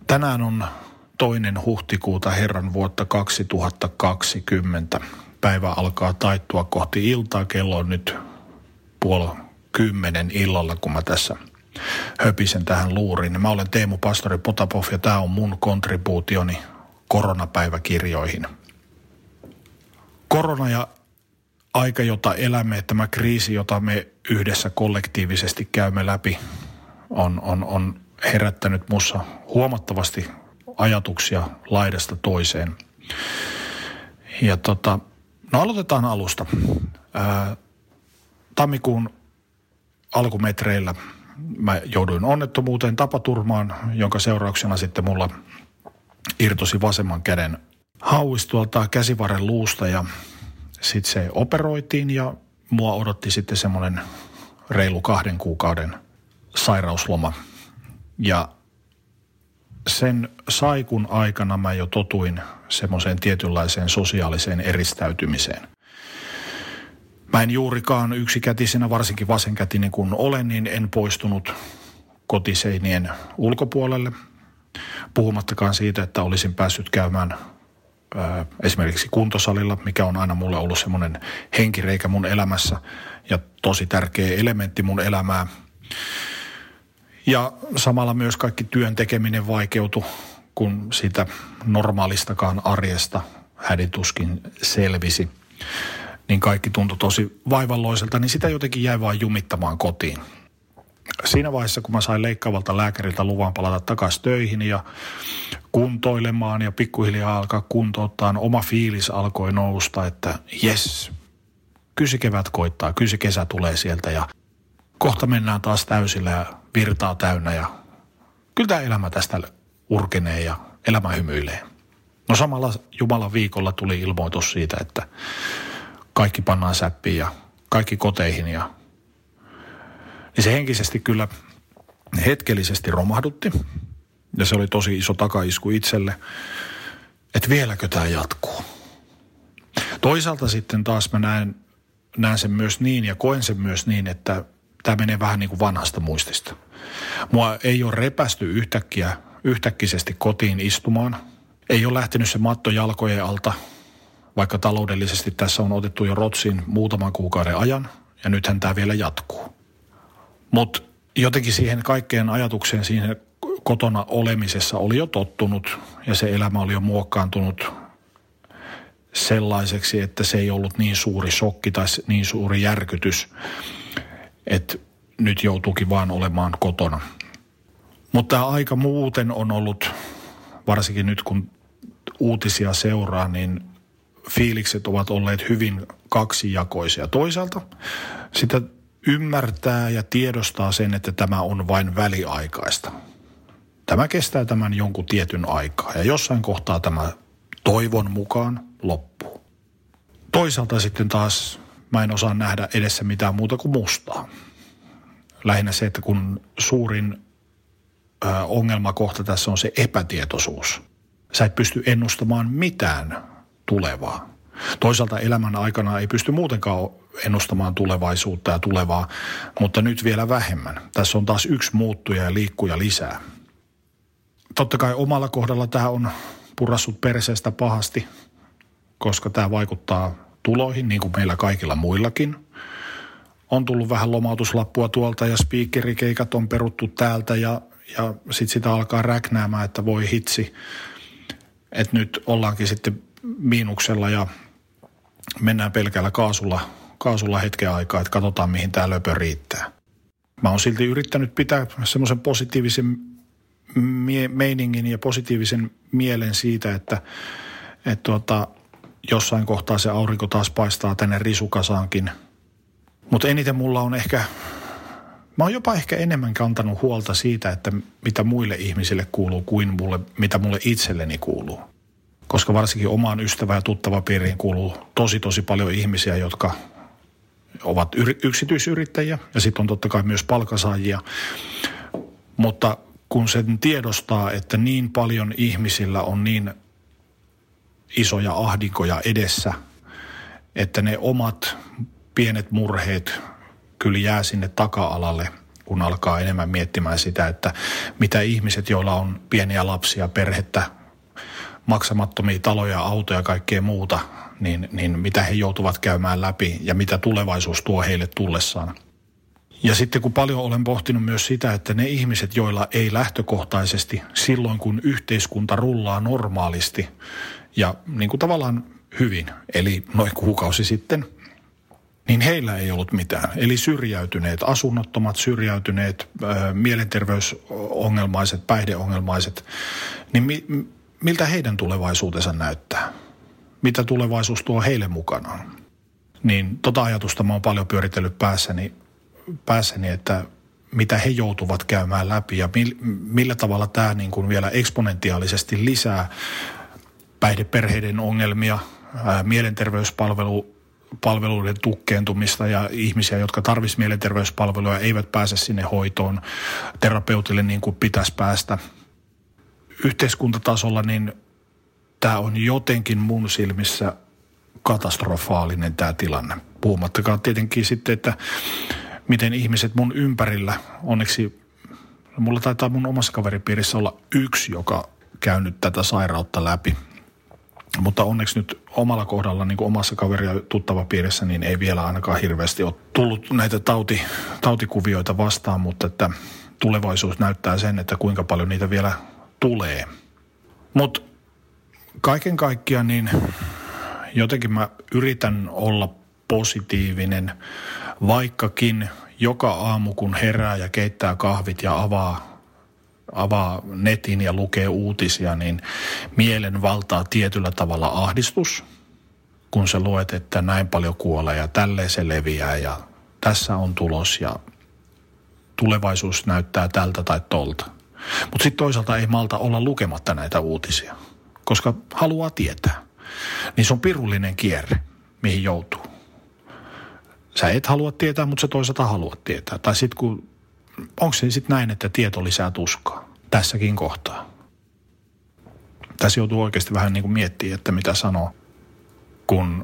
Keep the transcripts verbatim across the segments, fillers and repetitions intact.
Tänään on toinen huhtikuuta herran vuotta kaksituhattakaksikymmentä. Päivä alkaa taittua kohti iltaa. Kello on nyt puoli kymmenen illalla, kun mä tässä höpisen tähän luuriin. Mä olen Teemu Pastori Potapov ja tää on mun kontribuutioni koronapäiväkirjoihin. Korona ja aika, jota elämme, tämä kriisi, jota me yhdessä kollektiivisesti käymme läpi, on, on, on herättänyt mussa huomattavasti ajatuksia laidasta toiseen. Ja tota, no aloitetaan alusta. Ää, tammikuun alkumetreillä mä jouduin onnettomuuteen, tapaturmaan, jonka seurauksena sitten mulla irtosi vasemman käden hauis tuolta käsivarren luusta ja sitten se operoitiin ja mua odotti sitten semmoinen reilu kahden kuukauden sairausloma. Ja sen saikun aikana mä jo totuin semmoiseen tietynlaiseen sosiaaliseen eristäytymiseen. Mä en juurikaan yksikätisenä, varsinkin vasenkätinen kun olen, niin en poistunut kotiseinien ulkopuolelle. Puhumattakaan siitä, että olisin päässyt käymään ää, esimerkiksi kuntosalilla, mikä on aina mulle ollut semmoinen henkireikä mun elämässä ja tosi tärkeä elementti mun elämää. Ja samalla myös kaikki työn tekeminen vaikeutui, kun sitä normaalistakaan arjesta hädituskin selvisi. Niin kaikki tuntui tosi vaivalloiselta, niin sitä jotenkin jäi vaan jumittamaan kotiin. Siinä vaiheessa, kun mä sain leikkaavalta lääkäriltä luvan palata takaisin töihin ja kuntoilemaan ja pikkuhiljaa alkaa kuntouttaa, oma fiilis alkoi nousta, että jes, kyllä se kevät koittaa, kyllä se kesä tulee sieltä ja kohta mennään taas täysillä ja virtaa täynnä ja kyllä tämä elämä tästä urkenee ja elämä hymyilee. No samalla Jumalan viikolla tuli ilmoitus siitä, että kaikki pannaan säppiin ja kaikki koteihin ja niin se henkisesti kyllä hetkellisesti romahdutti ja se oli tosi iso takaisku itselle, että vieläkö tämä jatkuu. Toisaalta sitten taas mä näen, näen sen myös niin ja koen sen myös niin, että tämä menee vähän niin kuin vanhasta muistista. Mua ei ole repästy yhtäkkiä, yhtäkkisesti kotiin istumaan. Ei ole lähtenyt se matto jalkojen alta, vaikka taloudellisesti tässä on otettu jo rotsiin muutaman kuukauden ajan ja nythän tämä vielä jatkuu. Mutta jotenkin siihen kaikkeen ajatukseen siihen kotona olemisessa oli jo tottunut ja se elämä oli jo muokkaantunut sellaiseksi, että se ei ollut niin suuri shokki tai niin suuri järkytys, että nyt joutuukin vaan olemaan kotona. Mutta tämä aika muuten on ollut, varsinkin nyt kun uutisia seuraa, niin fiilikset ovat olleet hyvin kaksijakoisia. Toisaalta sitä ymmärtää ja tiedostaa sen, että tämä on vain väliaikaista. Tämä kestää tämän jonkun tietyn aikaa ja jossain kohtaa tämä toivon mukaan loppuu. Toisaalta sitten taas mä en osaa nähdä edessä mitään muuta kuin mustaa. Lähinnä se, että kun suurin ö, ongelmakohta tässä on se epätietoisuus. Sä et pysty ennustamaan mitään tulevaa. Toisaalta elämän aikana ei pysty muutenkaan ennustamaan tulevaisuutta ja tulevaa, mutta nyt vielä vähemmän. Tässä on taas yksi muuttuja ja liikkuja lisää. Totta kai omalla kohdalla tämä on purassut perseestä pahasti, koska tämä vaikuttaa tuloihin, niin kuin meillä kaikilla muillakin. On tullut vähän lomautuslappua tuolta ja speakerikeikat on peruttu täältä ja, ja sitten sitä alkaa räknäämään, että voi hitsi, että nyt ollaankin sitten miinuksella ja mennään pelkällä kaasulla, kaasulla hetken aikaa, että katsotaan mihin tämä löpö riittää. Mä oon silti yrittänyt pitää semmoisen positiivisen mie- meiningin ja positiivisen mielen siitä, että, että tuota, jossain kohtaa se aurinko taas paistaa tänne risukasaankin. Mutta eniten mulla on ehkä, mä oon jopa ehkä enemmän kantanut huolta siitä, että mitä muille ihmisille kuuluu kuin mulle, mitä mulle itselleni kuuluu. Koska varsinkin omaan ystävä- ja tuttavapiiriin kuuluu tosi tosi paljon ihmisiä, jotka ovat yri- yksityisyrittäjiä ja sitten on totta kai myös palkansaajia. Mutta kun sen tiedostaa, että niin paljon ihmisillä on niin isoja ahdinkoja edessä, että ne omat pienet murheet kyllä jää sinne taka-alalle, kun alkaa enemmän miettimään sitä, että mitä ihmiset, joilla on pieniä lapsia, perhettä, maksamattomia taloja, autoja ja kaikkea muuta, niin, niin mitä he joutuvat käymään läpi ja mitä tulevaisuus tuo heille tullessaan. Ja sitten kun paljon olen pohtinut myös sitä, että ne ihmiset, joilla ei lähtökohtaisesti silloin, kun yhteiskunta rullaa normaalisti ja niin kuin tavallaan hyvin, eli noin kuukausi sitten, niin heillä ei ollut mitään. Eli syrjäytyneet, asunnottomat, syrjäytyneet, ää, mielenterveysongelmaiset, päihdeongelmaiset, niin mi, miltä heidän tulevaisuutensa näyttää? Mitä tulevaisuus tuo heille mukanaan? Niin tota ajatusta mä oon paljon pyöritellyt päässäni, päässäni että mitä he joutuvat käymään läpi ja millä tavalla tämä niin kuin vielä eksponentiaalisesti lisää päihdeperheiden ongelmia, ää, mielenterveyspalveluiden tukkeentumista ja ihmisiä, jotka tarvitsisivat mielenterveyspalveluja, eivät pääse sinne hoitoon terapeutille niin kuin pitäisi päästä. Yhteiskuntatasolla niin tämä on jotenkin mun silmissä katastrofaalinen tämä tilanne. Puhumattakaan tietenkin sitten, että miten ihmiset mun ympärillä, onneksi mulla taitaa mun omassa kaveripiirissä olla yksi, joka käynyt tätä sairautta läpi. Mutta onneksi nyt omalla kohdalla, niin kuin omassa kaveri- ja tuttavapiirissä, niin ei vielä ainakaan hirveästi ole tullut näitä tauti, tautikuvioita vastaan, mutta että tulevaisuus näyttää sen, että kuinka paljon niitä vielä tulee. Mutta kaiken kaikkiaan niin jotenkin mä yritän olla positiivinen, vaikkakin joka aamu kun herää ja keittää kahvit ja avaa, avaa netin ja lukee uutisia, niin mielen valtaa tietyllä tavalla ahdistus, kun sä luet, että näin paljon kuolee ja tälleen se leviää ja tässä on tulos ja tulevaisuus näyttää tältä tai tolta. Mutta sitten toisaalta ei malta olla lukematta näitä uutisia, koska haluaa tietää. Niin se on pirullinen kierre, mihin joutuu. Sä et halua tietää, mutta sä toisaalta haluat tietää. Tai sitten kun, onko se sitten näin, että tieto lisää tuskaa tässäkin kohtaa? Tässä joutuu oikeasti vähän niin kuin miettimään, että mitä sanoo, kun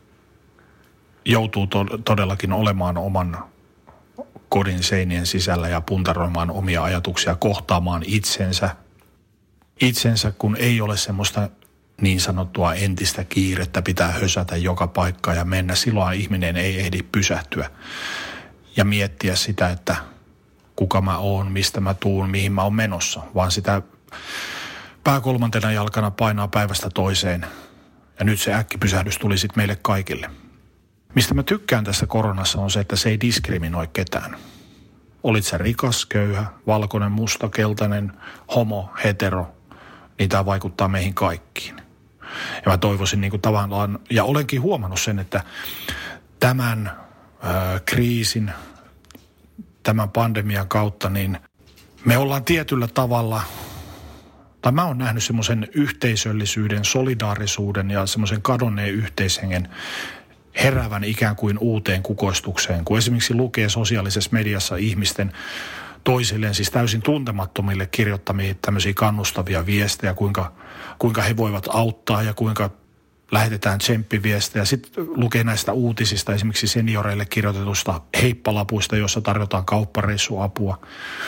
joutuu to- todellakin olemaan oman kodin seinien sisällä ja puntaroimaan omia ajatuksia, kohtaamaan itsensä. Itsensä, kun ei ole semmoista niin sanottua entistä kiirettä, pitää hösätä joka paikkaan ja mennä. Silloin ihminen ei ehdi pysähtyä ja miettiä sitä, että kuka mä oon, mistä mä tuun, mihin mä oon menossa. Vaan sitä pää kolmantena jalkana painaa päivästä toiseen. Ja nyt se äkkipysähdys tuli sitten meille kaikille. Mistä mä tykkään tässä koronassa on se, että se ei diskriminoi ketään. Olit sä rikas, köyhä, valkoinen, musta, keltainen, homo, hetero, niin tämä vaikuttaa meihin kaikkiin. Ja mä toivoisin niin kuin tavallaan, ja olenkin huomannut sen, että tämän ää, kriisin, tämän pandemian kautta, niin me ollaan tietyllä tavalla, tai mä oon nähnyt semmoisen yhteisöllisyyden, solidaarisuuden ja semmoisen kadonneen yhteishengen heräävän ikään kuin uuteen kukoistukseen, kun esimerkiksi lukee sosiaalisessa mediassa ihmisten toisilleen, siis täysin tuntemattomille kirjoittamia tämmöisiä kannustavia viestejä, kuinka, kuinka he voivat auttaa ja kuinka lähetetään tsemppiviestejä. Sitten lukee näistä uutisista, esimerkiksi senioreille kirjoitetusta heippalapuista, jossa tarjotaan kauppareissuapua.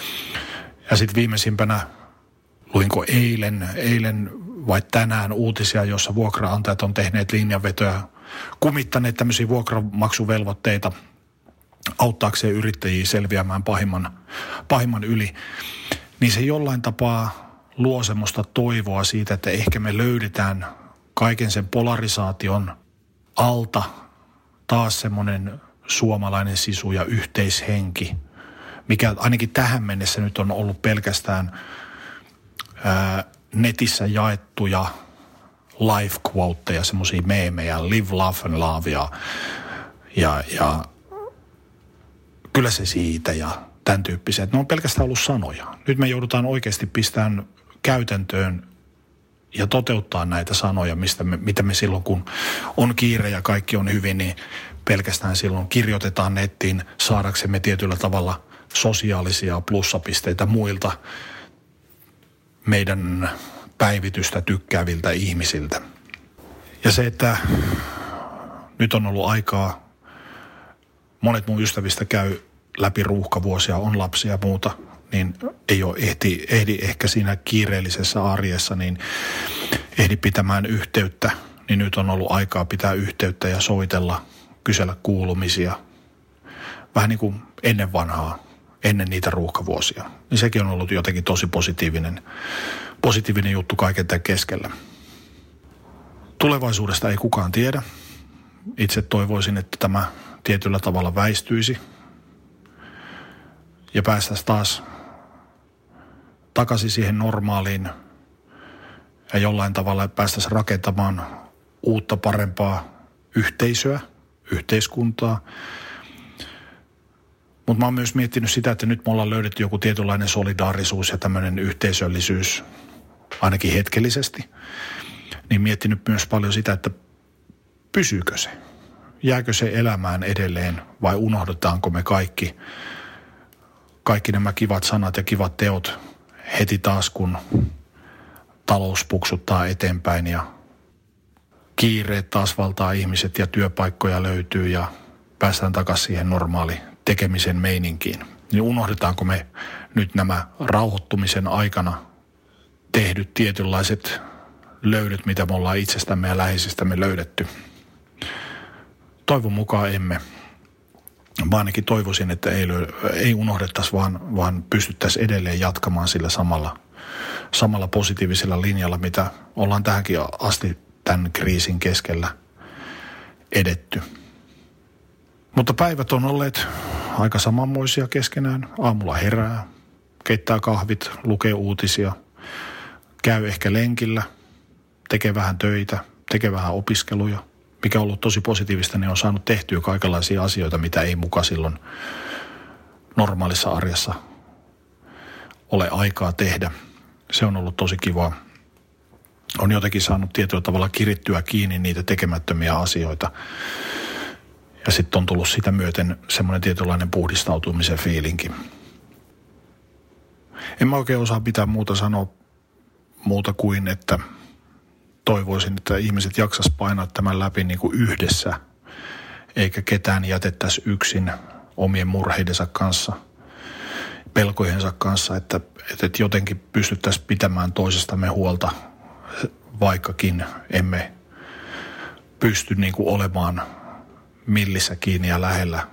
Ja sitten viimeisimpänä, luinko eilen, eilen vai tänään uutisia, jossa vuokraantajat on tehneet linjanvetoja, kumittaneet tämmöisiä vuokramaksuvelvoitteita auttaakseen yrittäjiä selviämään pahimman, pahimman yli, niin se jollain tapaa luo semmoista toivoa siitä, että ehkä me löydetään kaiken sen polarisaation alta taas semmoinen suomalainen sisu ja yhteishenki, mikä ainakin tähän mennessä nyt on ollut pelkästään ää, netissä jaettuja life quoteja, semmoisia meemejä, live, laugh and love ja, ja, ja kyllä se siitä ja tämän tyyppiset. Ne on pelkästään ollut sanoja. Nyt me joudutaan oikeasti pistämään käytäntöön ja toteuttaa näitä sanoja, mistä me, mitä me silloin, kun on kiire ja kaikki on hyvin, niin pelkästään silloin kirjoitetaan nettiin saadaksemme tietyllä tavalla sosiaalisia plussapisteitä muilta meidän päivitystä tykkääviltä ihmisiltä. Ja se, että nyt on ollut aikaa, monet mun ystävistä käy läpi ruuhkavuosia on lapsia ja muuta, niin ei ole ehti, ehdi ehkä siinä kiireellisessä arjessa, niin ehdi pitämään yhteyttä, niin nyt on ollut aikaa pitää yhteyttä ja soitella, kysellä kuulumisia. Vähän niin kuin ennen vanhaa, ennen niitä ruuhkavuosia. Niin sekin on ollut jotenkin tosi positiivinen, positiivinen juttu kaiken tämän keskellä. Tulevaisuudesta ei kukaan tiedä. Itse toivoisin, että tämä tietyllä tavalla väistyisi ja päästäisiin taas takaisin siihen normaaliin ja jollain tavalla päästäisiin rakentamaan uutta parempaa yhteisöä, yhteiskuntaa. Mutta mä oon myös miettinyt sitä, että nyt me ollaan löydetty joku tietynlainen solidaarisuus ja tämmöinen yhteisöllisyys, ainakin hetkellisesti. Niin miettinyt myös paljon sitä, että pysyykö se? Jääkö se elämään edelleen vai unohdetaanko me kaikki, kaikki nämä kivat sanat ja kivat teot heti taas, kun talous puksuttaa eteenpäin ja kiireet taas valtaa ihmiset ja työpaikkoja löytyy ja päästään takaisin siihen normaali tekemisen meininkiin. Niin unohdetaanko me nyt nämä rauhoittumisen aikana tehdyt tietynlaiset löydöt, mitä me ollaan itsestämme ja läheisistämme löydetty? Toivon mukaan emme. Mä ainakin toivoisin, että ei, ei unohdettaisi, vaan, vaan pystyttäisiin edelleen jatkamaan sillä samalla, samalla positiivisella linjalla, mitä ollaan tähänkin asti tämän kriisin keskellä edetty. Mutta päivät on olleet aika samanmoisia keskenään. Aamulla herää, keittää kahvit, lukee uutisia, käy ehkä lenkillä, tekee vähän töitä, tekee vähän opiskeluja. Mikä on ollut tosi positiivista, niin on saanut tehtyä kaikenlaisia asioita, mitä ei muka silloin normaalissa arjessa ole aikaa tehdä. Se on ollut tosi kivaa. On jotenkin saanut tietyllä tavalla kirittyä kiinni niitä tekemättömiä asioita. Ja sitten on tullut sitä myöten semmoinen tietynlainen puhdistautumisen fiilinki. En mä oikein osaa mitään muuta sanoa muuta kuin, että toivoisin, että ihmiset jaksas painaa tämän läpi niin kuin yhdessä, eikä ketään jätettäisi yksin omien murheidensa kanssa, pelkojensa kanssa, että, että jotenkin pystyttäisiin pitämään toisestamme huolta, vaikkakin emme pysty niin kuin olemaan millissä kiinni ja lähellä.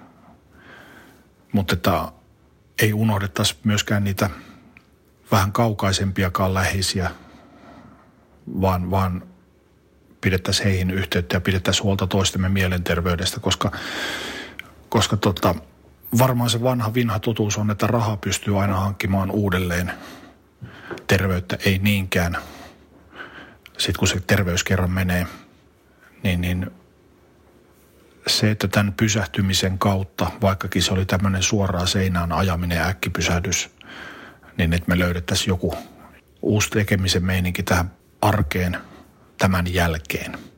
Mutta että ei unohdettaisi myöskään niitä vähän kaukaisempiakaan läheisiä, vaan, vaan pidettäisiin heihin yhteyttä ja pidettäisiin huolta toistemme mielenterveydestä, koska, koska tota, varmaan se vanha vinha totuus on, että raha pystyy aina hankkimaan uudelleen. Terveyttä ei niinkään. Sitten kun se terveys kerran menee, niin, niin se, että tämän pysähtymisen kautta, vaikkakin se oli tämmöinen suoraan seinään ajaminen ja äkkipysähdys, niin että me löydettäisiin joku uusi tekemisen meininki tähän arkeen tämän jälkeen.